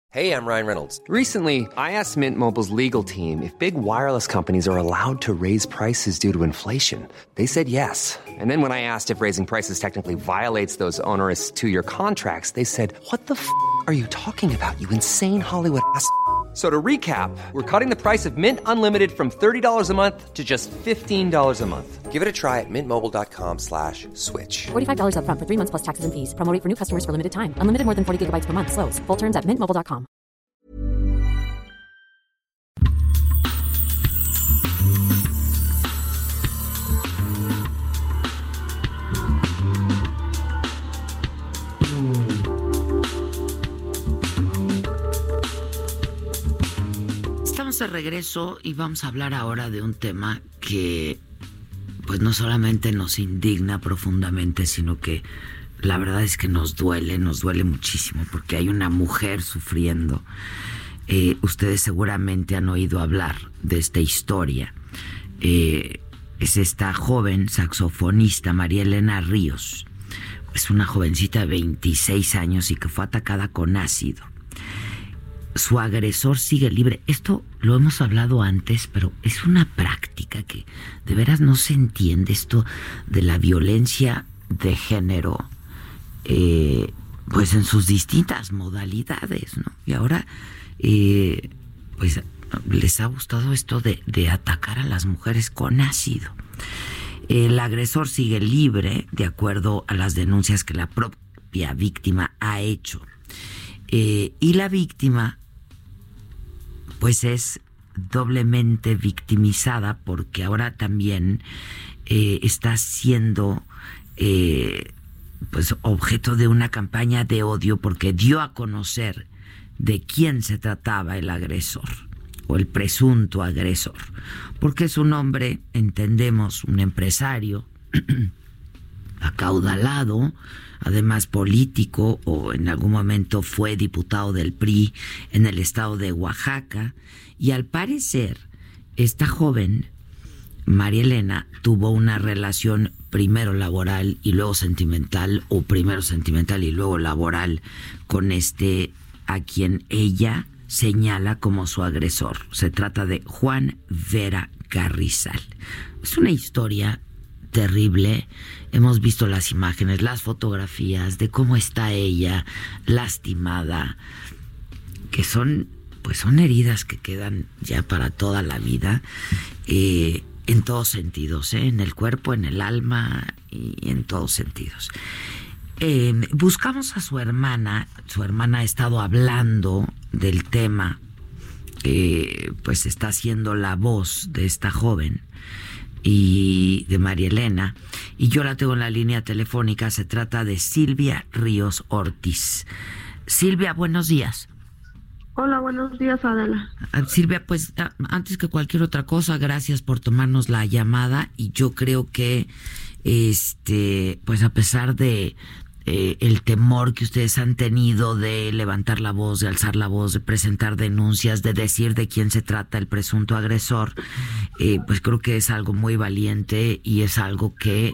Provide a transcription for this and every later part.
Hey, I'm Ryan Reynolds. Recently, I asked Mint Mobile's legal team if big wireless companies are allowed to raise prices due to inflation. They said yes. And then when I asked if raising prices technically violates those onerous two-year contracts, they said, "What the f*** are you talking about, you insane Hollywood ass?" So to recap, we're cutting the price of Mint Unlimited from $30 a month to just $15 a month. Give it a try at mintmobile.com/switch. $45 up front for 3 months plus taxes and fees. Promo rate for new customers for limited time. Unlimited more than 40 gigabytes per month. Slows full terms at mintmobile.com. Estamos de regreso y vamos a hablar ahora de un tema que pues no solamente nos indigna profundamente, sino que la verdad es que nos duele muchísimo porque hay una mujer sufriendo. Ustedes seguramente han oído hablar de esta historia. Es esta joven saxofonista, María Elena Ríos. Es una jovencita de 26 años y que fue atacada con ácido. Su agresor sigue libre. Esto lo hemos hablado antes, pero es una práctica que de veras no se entiende, esto de la violencia de género, pues en sus distintas modalidades, ¿no? Y ahora, pues les ha gustado esto de atacar a las mujeres con ácido. El agresor sigue libre, de acuerdo a las denuncias que la propia víctima ha hecho. Y la víctima pues es doblemente victimizada porque ahora también está siendo pues objeto de una campaña de odio porque dio a conocer de quién se trataba el agresor o el presunto agresor, porque es un hombre, entendemos, un empresario acaudalado, además político, o en algún momento fue diputado del PRI en el estado de Oaxaca, y al parecer esta joven, María Elena, tuvo una relación primero laboral y luego sentimental, o primero sentimental y luego laboral, con a quien ella señala como su agresor. Se trata de Juan Vera Carrizal. Es una historia terrible. Hemos visto las imágenes, las fotografías de cómo está ella lastimada, que son heridas que quedan ya para toda la vida, en todos sentidos, en el cuerpo, en el alma y en todos sentidos. Buscamos a su hermana ha estado hablando del tema, pues está siendo la voz de esta joven y de María Elena, y yo la tengo en la línea telefónica. Se trata de Silvia Ríos Ortiz. Silvia, buenos días. Hola, buenos días, Adela. Silvia, pues antes que cualquier otra cosa, gracias por tomarnos la llamada, y yo creo que pues a pesar de el temor que ustedes han tenido de levantar la voz, de alzar la voz, de presentar denuncias, de decir de quién se trata el presunto agresor, pues creo que es algo muy valiente y es algo que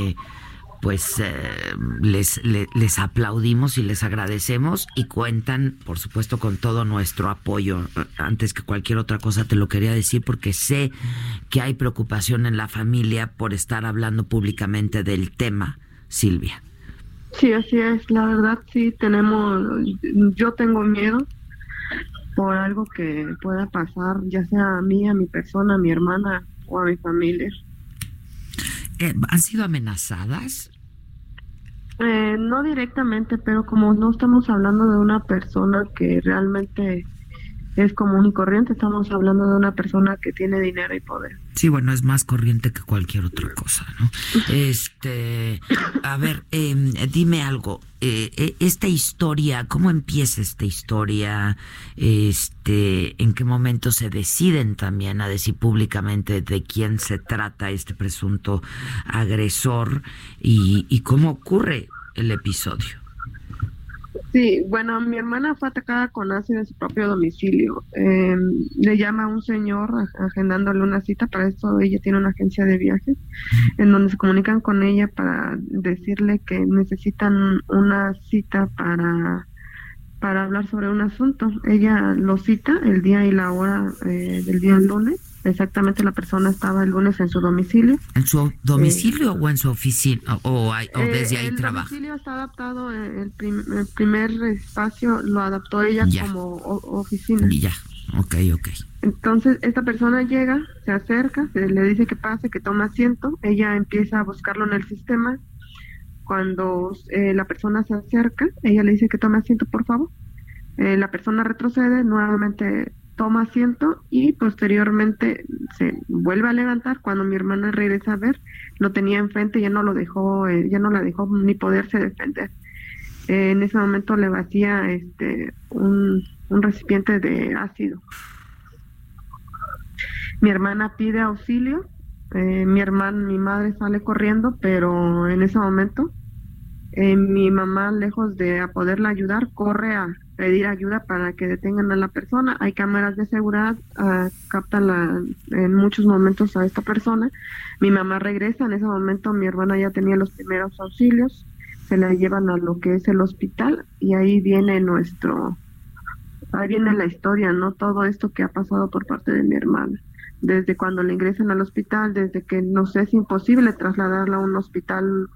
les aplaudimos y les agradecemos, y cuentan, por supuesto, con todo nuestro apoyo. Antes que cualquier otra cosa te lo quería decir porque sé que hay preocupación en la familia por estar hablando públicamente del tema, Silvia. Sí, así es, la verdad sí yo tengo miedo por algo que pueda pasar, ya sea a mí, a mi persona, a mi hermana o a mi familia. ¿Han sido amenazadas? No directamente, pero como no estamos hablando de una persona que realmente es común y corriente, estamos hablando de una persona que tiene dinero y poder. Sí, bueno, es más corriente que cualquier otra cosa, ¿no? A ver, dime algo. Esta historia, ¿cómo empieza esta historia? ¿En qué momento se deciden también a decir públicamente de quién se trata este presunto agresor? ¿Y cómo ocurre el episodio? Sí, bueno, mi hermana fue atacada con ácido en su propio domicilio. Le llama a un señor agendándole una cita. Para eso ella tiene una agencia de viajes en donde se comunican con ella para decirle que necesitan una cita para para hablar sobre un asunto. Ella lo cita el día y la hora del día lunes. Exactamente, la persona estaba el lunes en su domicilio. ¿En su domicilio o en su oficina? ¿O desde ahí el trabaja? El domicilio está adaptado, el primer espacio lo adaptó ella Ya. como oficina. Ya, ok. Entonces, esta persona llega, se acerca, se le dice que pase, que tome asiento. Ella empieza a buscarlo en el sistema. Cuando la persona se acerca, ella le dice que tome asiento, por favor. La persona retrocede, nuevamente toma asiento y posteriormente se vuelve a levantar. Cuando mi hermana regresa a ver, lo tenía enfrente, ya no lo dejó, ya no la dejó ni poderse defender. En ese momento le vacía un recipiente de ácido. Mi hermana pide auxilio, mi madre sale corriendo, pero en ese momento mi mamá, lejos de poderla ayudar, corre a pedir ayuda para que detengan a la persona. Hay cámaras de seguridad, captan en muchos momentos a esta persona. Mi mamá regresa, en ese momento mi hermana ya tenía los primeros auxilios, se la llevan a lo que es el hospital y ahí viene la historia, ¿no? Todo esto que ha pasado por parte de mi hermana. Desde cuando le ingresan al hospital, desde que nos es imposible trasladarla a un hospital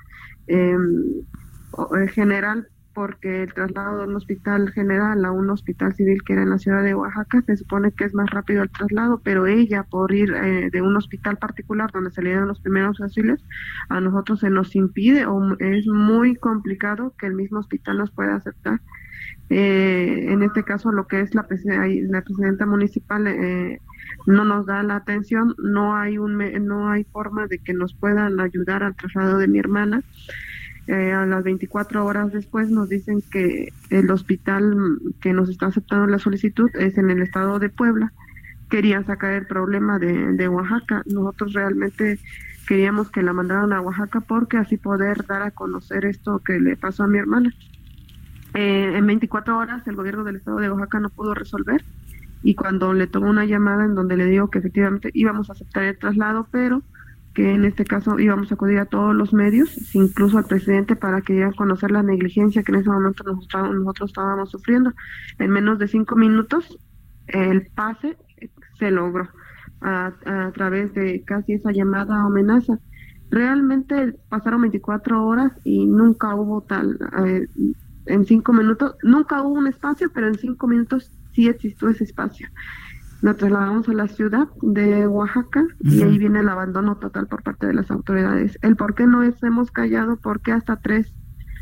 general, porque el traslado de un hospital general a un hospital civil que era en la ciudad de Oaxaca, se supone que es más rápido el traslado, pero ella por ir de un hospital particular donde se le dieron los primeros auxilios, a nosotros se nos impide o es muy complicado que el mismo hospital nos pueda aceptar. En este caso, lo que es la presidenta municipal no nos da la atención, no hay forma de que nos puedan ayudar al traslado de mi hermana. A las 24 horas después nos dicen que el hospital que nos está aceptando la solicitud es en el estado de Puebla. Querían sacar el problema de Oaxaca. Nosotros realmente queríamos que la mandaran a Oaxaca porque así poder dar a conocer esto que le pasó a mi hermana. En 24 horas el gobierno del estado de Oaxaca no pudo resolver, y cuando le tomó una llamada en donde le digo que efectivamente íbamos a aceptar el traslado, pero que en este caso íbamos a acudir a todos los medios, incluso al presidente, para que dieran a conocer la negligencia que en ese momento nosotros estábamos sufriendo. En menos de 5 minutos el pase se logró a través de casi esa llamada amenaza. Realmente pasaron 24 horas y nunca hubo en 5 minutos, nunca hubo un espacio, pero en 5 minutos sí existió ese espacio. Nos trasladamos a la ciudad de Oaxaca y ahí viene el abandono total por parte de las autoridades. El por qué no hemos callado, por qué hasta tres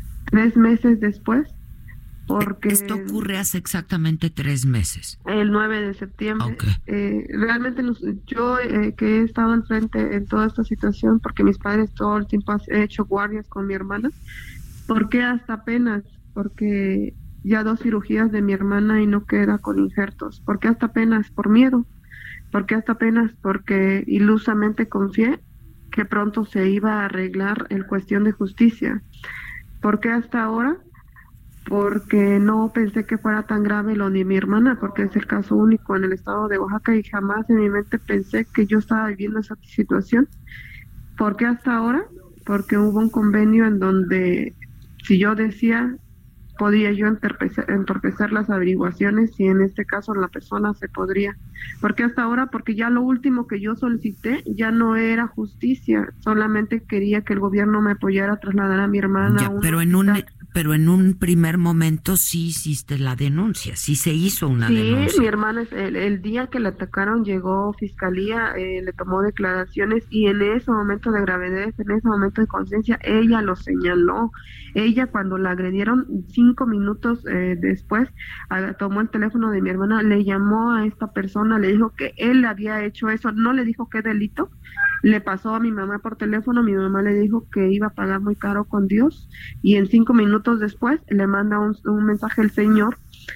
meses después, porque... Esto ocurre hace exactamente 3 meses. El 9 de septiembre. Okay. Realmente yo que he estado al frente en toda esta situación, porque mis padres todo el tiempo han hecho guardias con mi hermana, ¿por qué hasta apenas? Porque ya 2 cirugías de mi hermana y no queda con injertos. ¿Por qué hasta apenas? Por miedo. ¿Por qué hasta apenas? Porque ilusamente confié que pronto se iba a arreglar en cuestión de justicia. ¿Por qué hasta ahora? Porque no pensé que fuera tan grave lo de mi hermana, porque es el caso único en el estado de Oaxaca y jamás en mi mente pensé que yo estaba viviendo esa situación. ¿Por qué hasta ahora? Porque hubo un convenio en donde si yo decía, podía yo entorpecer las averiguaciones y en este caso la persona se podría. ¿Por qué hasta ahora? Porque ya lo último que yo solicité ya no era justicia, solamente quería que el gobierno me apoyara a trasladar a mi hermana a un hospital. Pero en un primer momento sí hiciste la denuncia, sí se hizo una denuncia. Sí, mi hermana, el día que le atacaron llegó fiscalía, le tomó declaraciones y en ese momento de gravedad, en ese momento de conciencia, ella lo señaló. Ella cuando la agredieron, 5 minutos después, tomó el teléfono de mi hermana, le llamó a esta persona, le dijo que él había hecho eso, no le dijo qué delito, le pasó a mi mamá por teléfono, mi mamá le dijo que iba a pagar muy caro con Dios y en 5 minutos después le manda un mensaje el señor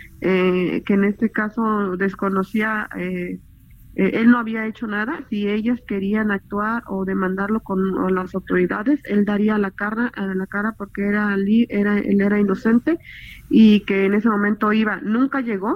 que en este caso desconocía, él no había hecho nada, si ellas querían actuar o demandarlo con las autoridades, él daría la cara porque él era inocente y que en ese momento nunca llegó.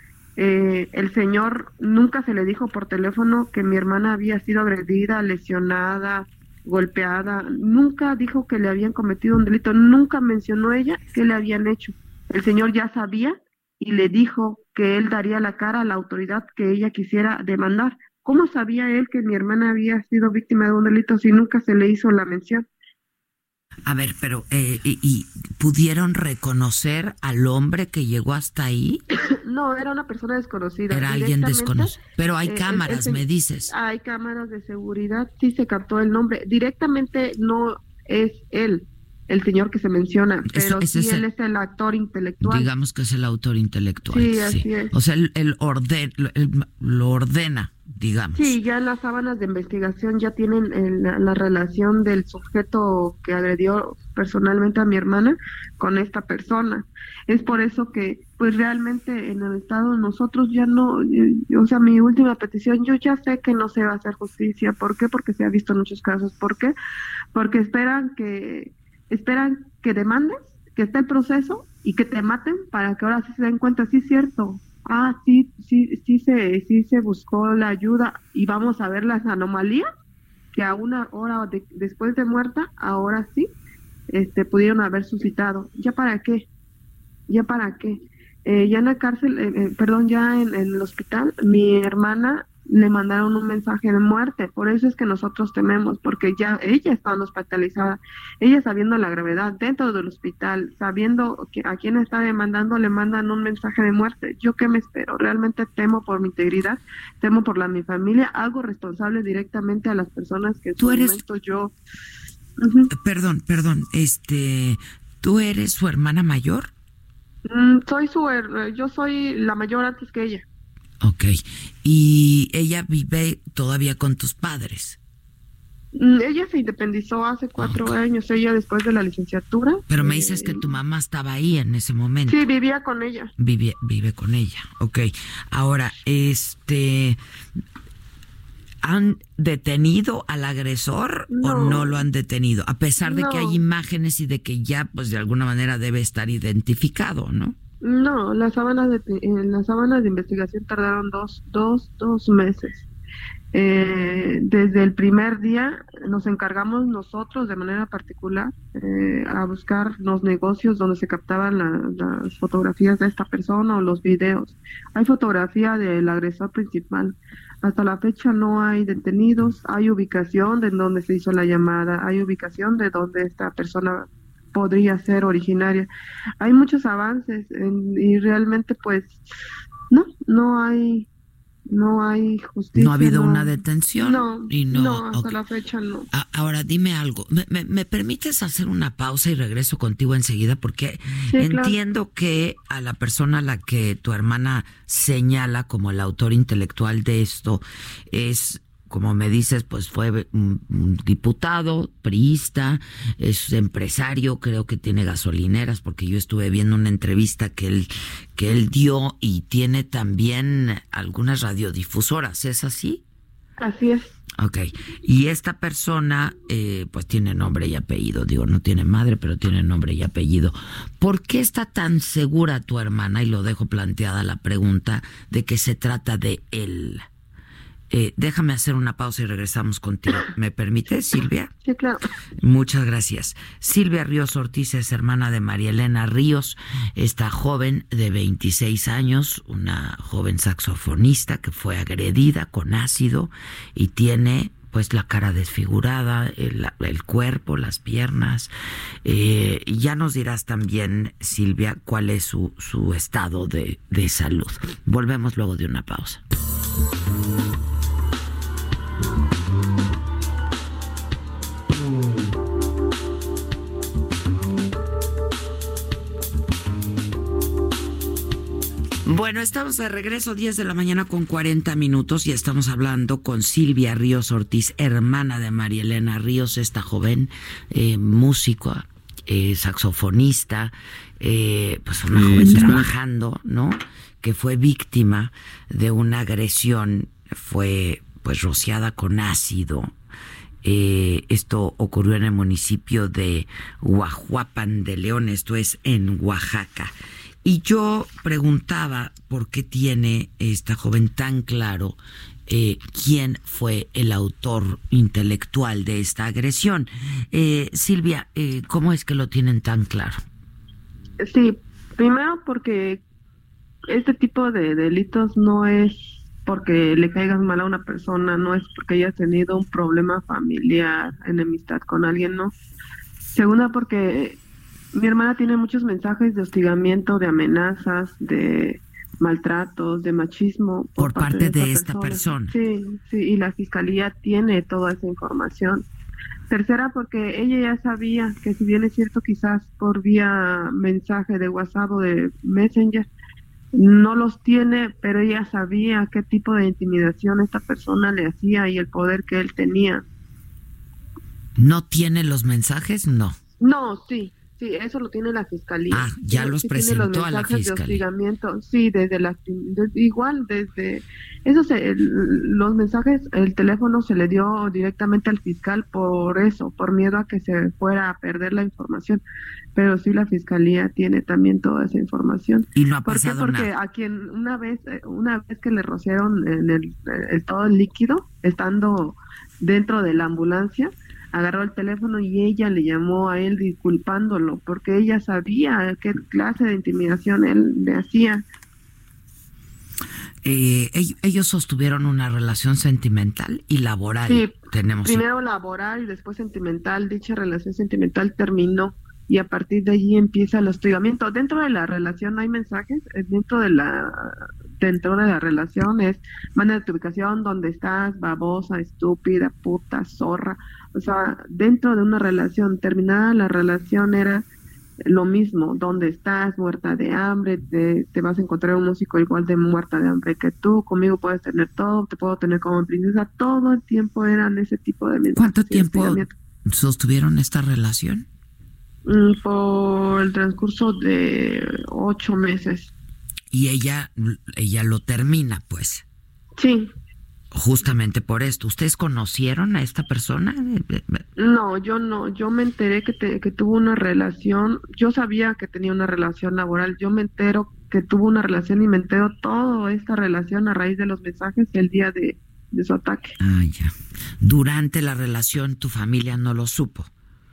El señor nunca se le dijo por teléfono que mi hermana había sido agredida, lesionada, golpeada, nunca dijo que le habían cometido un delito, nunca mencionó ella que le habían hecho. El señor ya sabía y le dijo que él daría la cara a la autoridad que ella quisiera demandar. ¿Cómo sabía él que mi hermana había sido víctima de un delito si nunca se le hizo la mención? A ver, pero ¿y pudieron reconocer al hombre que llegó hasta ahí? No, era una persona desconocida. Era alguien desconocido. Pero hay cámaras, me dices. Hay cámaras de seguridad, sí se captó el nombre. Directamente no es él, el señor que se menciona, pero sí él es el actor intelectual. Digamos que es el autor intelectual. Sí, así es. O sea, lo ordena, digamos. Sí, ya las sábanas de investigación ya tienen la relación del sujeto que agredió personalmente a mi hermana con esta persona. Es por eso que, pues realmente en el Estado nosotros ya no, o sea, mi última petición, yo ya sé que no se va a hacer justicia. ¿Por qué? Porque se ha visto en muchos casos. ¿Por qué? Porque esperan que demandes, que esté el proceso y que te maten para que ahora sí se den cuenta, sí es cierto. Sí se buscó la ayuda y vamos a ver las anomalías que a una hora después de muerta, ahora sí, pudieron haber suscitado. ¿Ya para qué? Ya en la cárcel, ya en el hospital, mi hermana le mandaron un mensaje de muerte. Por eso es que nosotros tememos, porque ya ella está hospitalizada, ella sabiendo la gravedad dentro del hospital, sabiendo que a quien está demandando le mandan un mensaje de muerte. ¿Yo qué me espero? Realmente temo por mi integridad, temo por mi familia, hago responsable directamente a las personas que en su momento yo... Uh-huh. Perdón, ¿tú eres su hermana mayor? Yo soy la mayor antes que ella. Ok. ¿Y ella vive todavía con tus padres? Ella se independizó hace 4 años, ella después de la licenciatura. Pero me dices que tu mamá estaba ahí en ese momento. Sí, vivía con ella. Vive con ella, ok. Ahora, ¿han detenido al agresor o no lo han detenido? A pesar de que hay imágenes y de que ya, pues de alguna manera debe estar identificado, ¿no? No, las sábanas de investigación tardaron dos meses. Desde el primer día nos encargamos nosotros de manera particular a buscar los negocios donde se captaban las fotografías de esta persona o los videos. Hay fotografía del agresor principal. Hasta la fecha no hay detenidos, hay ubicación de donde se hizo la llamada, hay ubicación de donde esta persona podría ser originaria. Hay muchos avances y realmente pues no hay justicia. No ha habido una detención. No, hasta la fecha no. Ahora dime algo, ¿me permites hacer una pausa y regreso contigo enseguida? Porque sí, entiendo claro, que a la persona a la que tu hermana señala como el autor intelectual de esto es, como me dices, pues fue un diputado, priista, es empresario, creo que tiene gasolineras, porque yo estuve viendo una entrevista que él dio, y tiene también algunas radiodifusoras, ¿es así? Así es. Ok, y esta persona pues tiene nombre y apellido, digo, no tiene madre, pero tiene nombre y apellido. ¿Por qué está tan segura tu hermana, y lo dejo planteada la pregunta, de que se trata de él? Déjame hacer una pausa y regresamos contigo. ¿Me permite, Silvia? Sí, claro. Muchas gracias. Silvia Ríos Ortiz es hermana de María Elena Ríos, esta joven de 26 años, una joven saxofonista que fue agredida con ácido y tiene pues la cara desfigurada, el cuerpo, las piernas. Ya nos dirás también, Silvia, cuál es su estado de salud. Volvemos luego de una pausa. Bueno, estamos de regreso, 10 de la mañana con 40 minutos, y estamos hablando con Silvia Ríos Ortiz, hermana de María Elena Ríos, esta joven músico, saxofonista, pues una joven trabajando, ¿no? Que fue víctima de una agresión, fue pues rociada con ácido. Esto ocurrió en el municipio de Huajuapan de León, esto es en Oaxaca. Y yo preguntaba por qué tiene esta joven tan claro quién fue el autor intelectual de esta agresión. Silvia, ¿cómo es que lo tienen tan claro? Sí, primero porque este tipo de delitos no es porque le caigas mal a una persona, no es porque hayas tenido un problema familiar, enemistad con alguien, no. Segunda, porque mi hermana tiene muchos mensajes de hostigamiento, de amenazas, de maltratos, de machismo por parte de esta persona. Sí, sí, y la fiscalía tiene toda esa información. Tercera, porque ella ya sabía que, si bien es cierto, quizás por vía mensaje de WhatsApp o de Messenger no los tiene, pero ella sabía qué tipo de intimidación esta persona le hacía y el poder que él tenía. ¿No tiene los mensajes? No. No, sí, eso lo tiene la fiscalía. Ah, ya los presentó a la fiscalía. De hostigamiento, sí, igual desde eso los mensajes, el teléfono se le dio directamente al fiscal por eso, por miedo a que se fuera a perder la información. Pero sí, la fiscalía tiene también toda esa información. Y no ha ¿Por pasado qué? Porque nada. a quien una vez que le rociaron en todo el líquido, estando dentro de la ambulancia, agarró el teléfono y ella le llamó a él disculpándolo, porque ella sabía qué clase de intimidación él le hacía. Ellos sostuvieron una relación sentimental y laboral. Sí, tenemos primero laboral y después sentimental. Dicha relación sentimental terminó y a partir de allí empieza el hostigamiento. Dentro de la relación hay mensajes, dentro de la relación es: manda tu ubicación, dónde estás, babosa, estúpida, puta, zorra. O sea, dentro de una relación, terminada la relación, era lo mismo: dónde estás, muerta de hambre, te vas a encontrar un músico igual de muerta de hambre que tú, conmigo puedes tener todo, te puedo tener como princesa. Todo el tiempo eran ese tipo de mensajes. ¿Cuánto tiempo sostuvieron esta relación? Por el transcurso de 8 meses. Y ella lo termina, pues. Sí. Justamente por esto. ¿Ustedes conocieron a esta persona? No, yo no. Yo me enteré que tuvo una relación. Yo sabía que tenía una relación laboral. Yo me entero que tuvo una relación y me entero toda esta relación a raíz de los mensajes el día de su ataque. Ah, ya. Durante la relación, ¿tu familia no lo supo?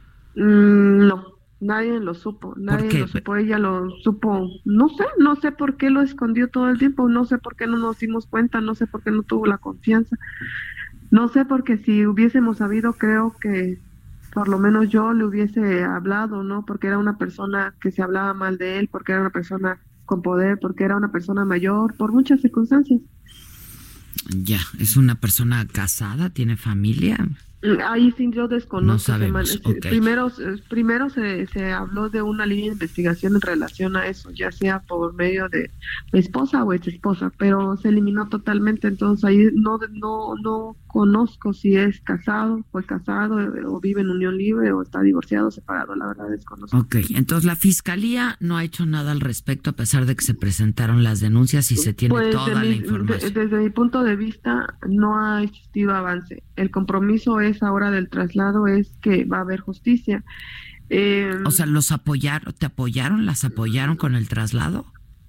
No. Nadie lo supo, ella lo supo, no sé por qué lo escondió todo el tiempo, no sé por qué no nos dimos cuenta, no sé por qué no tuvo la confianza, no sé, porque si hubiésemos sabido, creo que por lo menos yo le hubiese hablado, ¿no? Porque era una persona que se hablaba mal de él, porque era una persona con poder, porque era una persona mayor, por muchas circunstancias. Ya, ¿es una persona casada? ¿Tiene familia? Ahí sí yo desconozco. No sabemos. Okay. Primero se habló de una línea de investigación en relación a eso, ya sea por medio de esposa o ex esposa, pero se eliminó totalmente. Entonces ahí no conozco si es casado, fue casado, o vive en unión libre, o está divorciado, separado. La verdad desconozco. Ok, entonces la fiscalía no ha hecho nada al respecto, a pesar de que se presentaron las denuncias y se tiene toda la información. Desde mi punto de vista no ha existido avance. El compromiso es ahora del traslado, es que va a haber justicia. O sea, ¿las apoyaron con el traslado?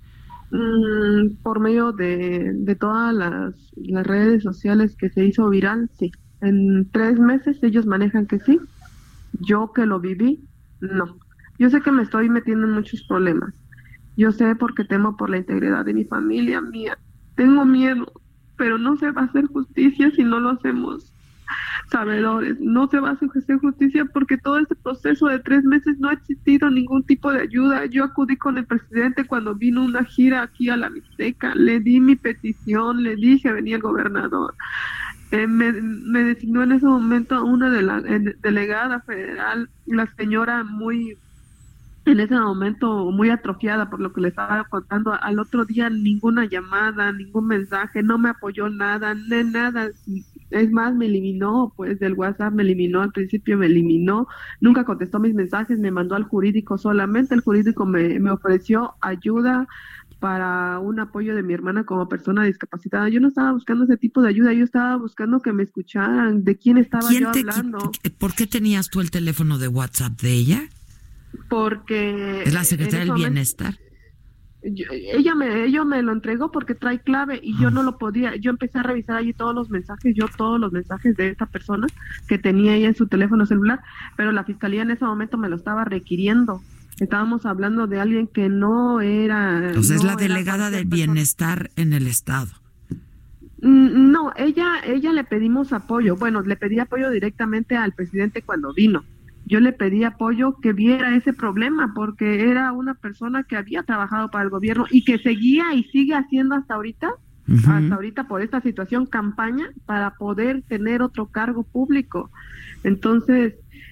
Por medio de todas las redes sociales que se hizo viral, sí. En 3 meses ellos manejan que sí. Yo que lo viví, no. Yo sé que me estoy metiendo en muchos problemas. Yo sé, porque temo por la integridad de mi familia, mía. Tengo miedo, pero no se va a hacer justicia si no lo hacemos sabedores. No se va a hacer justicia porque todo este proceso de 3 meses no ha existido ningún tipo de ayuda. Yo acudí con el presidente cuando vino una gira aquí a la Mixteca, le di mi petición, le dije, venía el gobernador. Me designó en ese momento una delegada federal, la señora en ese momento muy atrofiada por lo que le estaba contando. Al otro día ninguna llamada, ningún mensaje, no me apoyó nada. Es más, me eliminó, pues, del WhatsApp, me eliminó, al principio me eliminó, nunca contestó mis mensajes, me mandó al jurídico solamente. El jurídico me ofreció ayuda para un apoyo de mi hermana como persona discapacitada. Yo no estaba buscando ese tipo de ayuda, yo estaba buscando que me escucharan, de quién estaba yo hablando. ¿Por qué tenías tú el teléfono de WhatsApp de ella? Porque es la secretaria del Bienestar. Ella me lo entregó porque trae clave y yo no lo podía. Yo empecé a revisar allí todos los mensajes de esta persona que tenía ella en su teléfono celular, pero la fiscalía en ese momento me lo estaba requiriendo. Estábamos hablando de alguien que no era... Entonces es no la era delegada del cualquier persona. bienestar en el estado. No, ella le pedimos apoyo. Bueno, le pedí apoyo directamente al presidente cuando vino. Yo le pedí apoyo que viera ese problema porque era una persona que había trabajado para el gobierno y que seguía y sigue haciendo hasta ahorita por esta situación, campaña para poder tener otro cargo público. Entonces,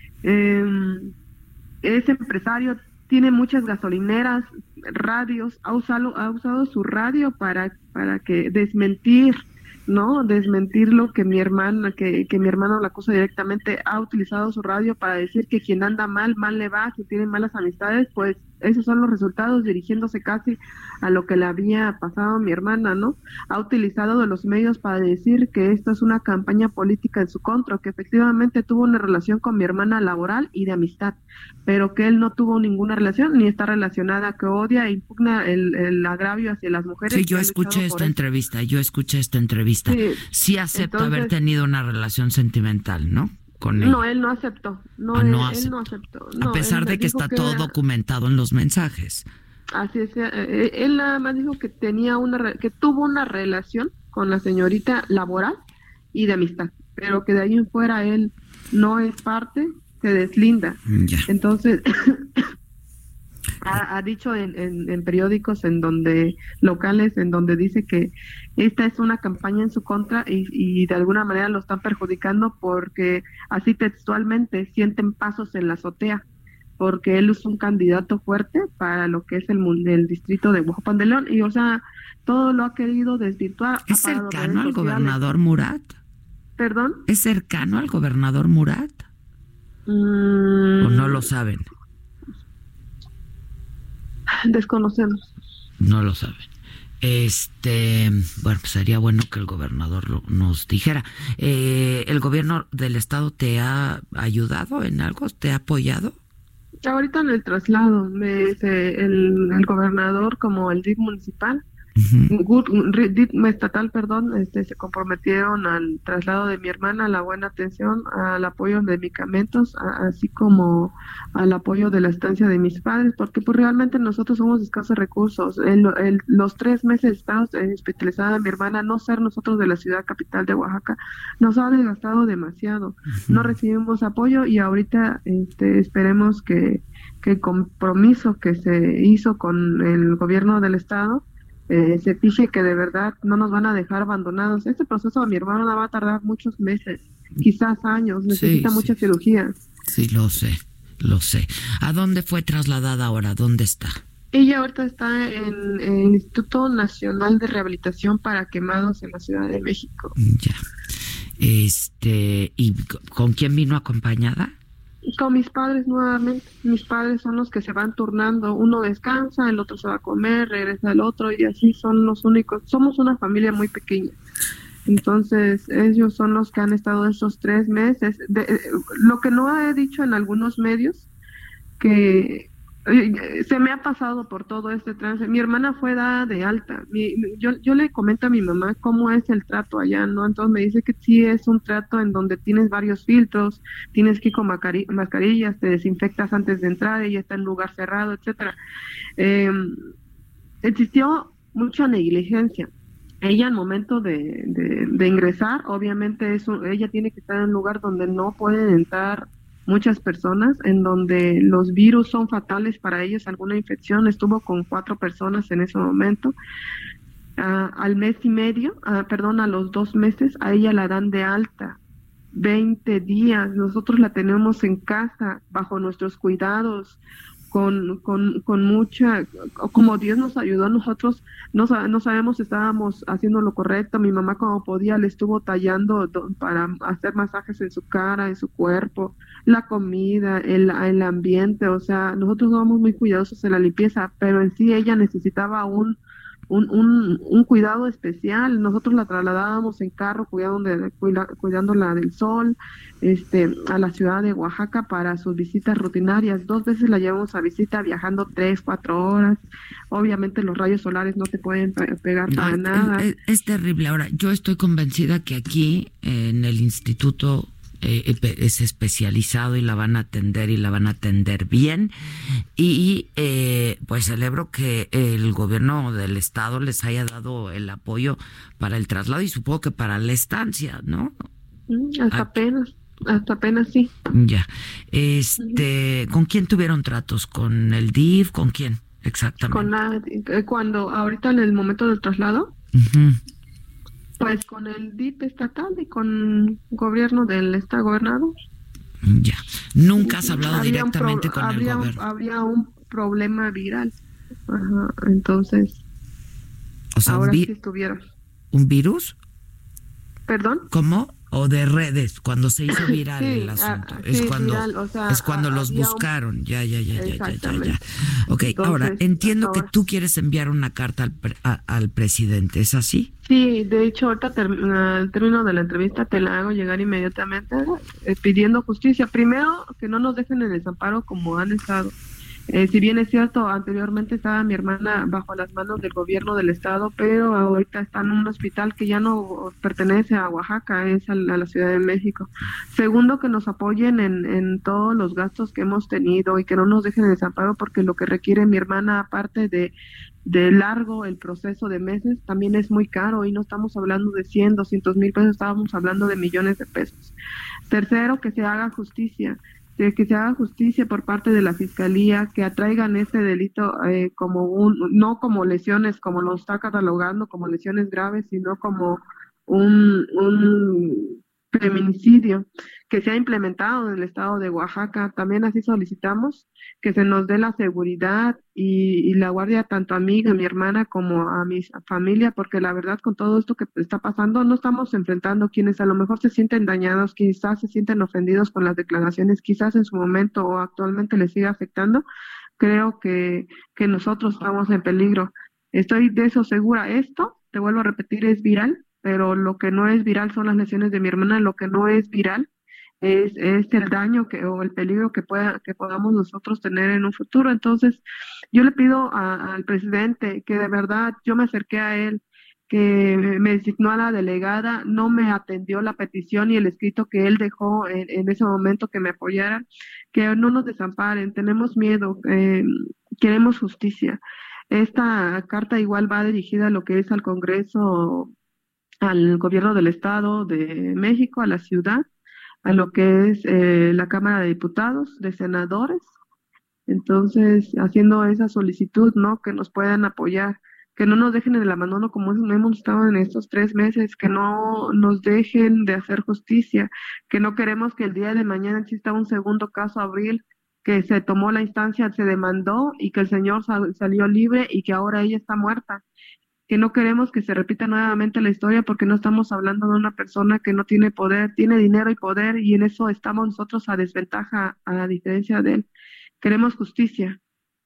ese empresario tiene muchas gasolineras, radios, ha usado su radio para que desmentir lo que mi hermana, que mi hermano la acusa directamente, ha utilizado su radio para decir que quien anda mal le va, que tiene malas amistades, pues esos son los resultados, dirigiéndose casi a lo que le había pasado a mi hermana, ¿no? Ha utilizado de los medios para decir que esto es una campaña política en su contra, que efectivamente tuvo una relación con mi hermana laboral y de amistad, pero que él no tuvo ninguna relación, ni está relacionada, que odia e impugna el agravio hacia las mujeres. Sí, yo escuché esta entrevista. Sí acepta haber tenido una relación sentimental, ¿no? Con él. No, él no aceptó. Él no aceptó. A pesar de que está todo documentado en los mensajes. Así es. Él nada más dijo que que tuvo una relación con la señorita laboral y de amistad, pero que de ahí en fuera él no es parte, se deslinda. Ya. Entonces ha dicho en periódicos locales en donde dice que esta es una campaña en su contra y de alguna manera lo están perjudicando porque así textualmente sienten pasos en la azotea, porque él es un candidato fuerte para lo que es el distrito de Huajuapan de León y o sea, todo lo ha querido desvirtuar. ¿Es cercano al gobernador Murat? ¿Perdón? ¿Es cercano al gobernador Murat? ¿O no lo saben? Desconocemos. No lo saben. Bueno, pues sería bueno que el gobernador nos dijera. ¿El gobierno del estado te ha ayudado en algo? ¿Te ha apoyado? Ahorita en el traslado, el gobernador como el DIF municipal, DIF estatal, se comprometieron al traslado de mi hermana, a la buena atención, al apoyo de medicamentos, así como al apoyo de la estancia de mis padres, porque pues realmente nosotros somos de escasos recursos. Los 3 meses estados hospitalizada mi hermana, no ser nosotros de la ciudad capital de Oaxaca, nos ha desgastado demasiado. No recibimos apoyo y ahorita esperemos que el compromiso que se hizo con el gobierno del estado se fije que de verdad no nos van a dejar abandonados. Este proceso de mi hermana va a tardar muchos meses, quizás años, necesita muchas cirugías. Sí, lo sé. ¿A dónde fue trasladada ahora? ¿Dónde está? Ella ahorita está en el Instituto Nacional de Rehabilitación para Quemados en la Ciudad de México. Ya. ¿Y con quién vino acompañada? Con mis padres nuevamente. Mis padres son los que se van turnando. Uno descansa, el otro se va a comer, regresa el otro y así son los únicos. Somos una familia muy pequeña. Entonces ellos son los que han estado esos 3 meses. Lo que no he dicho en algunos medios, que se me ha pasado por todo este trance. Mi hermana fue dada de alta. Yo le comento a mi mamá cómo es el trato allá, ¿no? Entonces me dice que sí es un trato en donde tienes varios filtros, tienes que ir con mascarillas, te desinfectas antes de entrar, ella está en lugar cerrado, etcétera. Existió mucha negligencia. Ella al momento de ingresar, obviamente ella tiene que estar en un lugar donde no pueden entrar muchas personas, en donde los virus son fatales para ellos, alguna infección. Estuvo con 4 personas en ese momento. Al mes y medio, a los 2 meses, a ella la dan de alta. 20 días, nosotros la tenemos en casa, bajo nuestros cuidados, con mucha, como Dios nos ayudó, nosotros no sabemos si estábamos haciendo lo correcto. Mi mamá como podía le estuvo tallando para hacer masajes en su cara, en su cuerpo, la comida, el ambiente, o sea, nosotros somos muy cuidadosos en la limpieza, pero en sí ella necesitaba un cuidado especial. Nosotros la trasladábamos en carro cuidándola del sol, a la ciudad de Oaxaca para sus visitas rutinarias. 2 veces la llevamos a visita viajando 3-4 horas. Obviamente los rayos solares no te pueden pegar para nada. Es terrible. Ahora, yo estoy convencida que aquí en el Instituto es especializado y la van a atender bien. Y pues celebro que el gobierno del estado les haya dado el apoyo para el traslado y supongo que para la estancia, ¿no? Hasta apenas sí. Ya. ¿Con quién tuvieron tratos? ¿Con el DIF? ¿Con quién exactamente? Cuando ahorita en el momento del traslado, Uh-huh. Pues con el DIF estatal y con gobierno del estado gobernador. Ya. Nunca has hablado directamente con el gobierno. Habría un problema viral. Ajá, entonces. O sea, ahora sí estuvieron. ¿Un virus? ¿Perdón? ¿Cómo? O de redes, cuando se hizo viral sí, el asunto. Es cuando viral, o sea, es cuando los buscaron. Ya. Ok, entonces, ahora, entiendo que tú quieres enviar una carta al presidente, ¿es así? Sí, de hecho, ahorita al término de la entrevista te la hago llegar inmediatamente pidiendo justicia. Primero, que no nos dejen en desamparo como han estado. Si bien es cierto, anteriormente estaba mi hermana bajo las manos del gobierno del estado, pero ahorita está en un hospital que ya no pertenece a Oaxaca, es a la Ciudad de México. Segundo, que nos apoyen en todos los gastos que hemos tenido y que no nos dejen en desamparo, porque lo que requiere mi hermana, aparte de largo el proceso de meses, también es muy caro, y no estamos hablando de 100, 200 mil pesos, estábamos hablando de millones de pesos. Tercero, que se haga justicia por parte de la fiscalía, que atraigan este delito no como lesiones, como lo está catalogando, como lesiones graves, sino como un feminicidio, que sea implementado en el estado de Oaxaca. También así solicitamos que se nos dé la seguridad y la guardia tanto a mí, a mi hermana, como a mi familia, porque la verdad, con todo esto que está pasando, no estamos enfrentando quienes a lo mejor se sienten dañados, quizás se sienten ofendidos con las declaraciones, quizás en su momento o actualmente les siga afectando. Creo que nosotros estamos en peligro. Estoy de eso segura. Esto, te vuelvo a repetir, es viral, pero lo que no es viral son las lesiones de mi hermana. Lo que no es viral es el daño o el peligro que podamos nosotros tener en un futuro. Entonces, yo le pido al presidente que de verdad, yo me acerqué a él, que me designó a la delegada, no me atendió la petición y el escrito que él dejó en ese momento, que me apoyaran, que no nos desamparen, tenemos miedo, queremos justicia. Esta carta igual va dirigida a lo que es al Congreso, al gobierno del Estado de México, a la ciudad, a lo que es la Cámara de Diputados, de senadores. Entonces, haciendo esa solicitud, ¿no? Que nos puedan apoyar, que no nos dejen en el abandono como hemos estado en estos 3 meses, que no nos dejen de hacer justicia, que no queremos que el día de mañana exista un segundo caso Abril, que se tomó la instancia, se demandó y que el señor salió libre y que ahora ella está muerta. Que no queremos que se repita nuevamente la historia, porque no estamos hablando de una persona que no tiene poder, tiene dinero y poder, y en eso estamos nosotros a desventaja, a diferencia de él. Queremos justicia.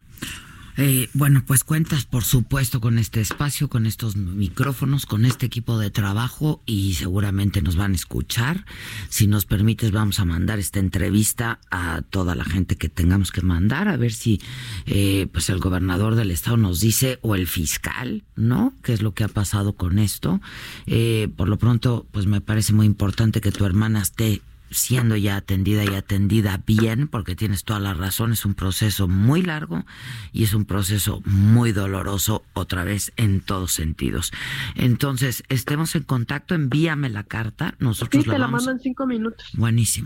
Bueno, pues cuentas por supuesto con este espacio, con estos micrófonos, con este equipo de trabajo, y seguramente nos van a escuchar. Si nos permites, vamos a mandar esta entrevista a toda la gente que tengamos que mandar, a ver si pues el gobernador del estado nos dice, o el fiscal, ¿no?, qué es lo que ha pasado con esto. Por lo pronto, pues me parece muy importante que tu hermana esté siendo ya atendida y atendida bien, porque tienes toda la razón, es un proceso muy largo y es un proceso muy doloroso, otra vez, en todos sentidos. Entonces, estemos en contacto, envíame la carta, nosotros sí, te la mando en 5 minutos. Buenísimo.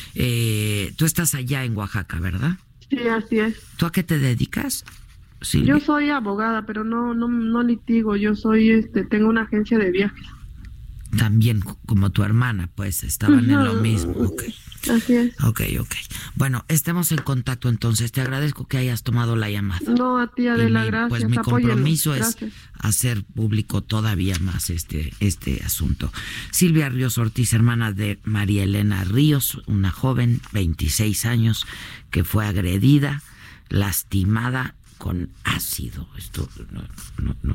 Tú estás allá en Oaxaca, ¿verdad? Sí, así es. ¿Tú a qué te dedicas, Silvia? Yo soy abogada, pero no litigo, yo soy, tengo una agencia de viajes. También, como tu hermana, pues, estaban en lo mismo. Okay. Así es. Ok. Bueno, estemos en contacto entonces. Te agradezco que hayas tomado la llamada. No, a ti, Adela, gracias. Pues mi compromiso es gracias. hacer público todavía más este asunto. Silvia Ríos Ortiz, hermana de María Elena Ríos, una joven, 26 años, que fue agredida, lastimada con ácido. Esto no.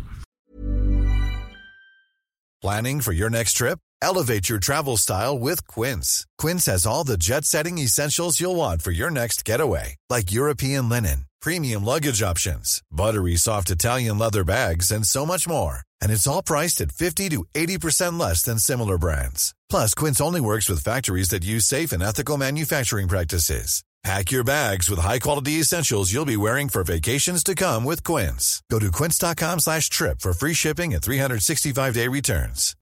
Planning for your next trip? Elevate your travel style with Quince. Quince has all the jet-setting essentials you'll want for your next getaway, like European linen, premium luggage options, buttery soft Italian leather bags, and so much more. And it's all priced at 50 to 80% less than similar brands. Plus, Quince only works with factories that use safe and ethical manufacturing practices. Pack your bags with high-quality essentials you'll be wearing for vacations to come with Quince. Go to quince.com/trip for free shipping and 365-day returns.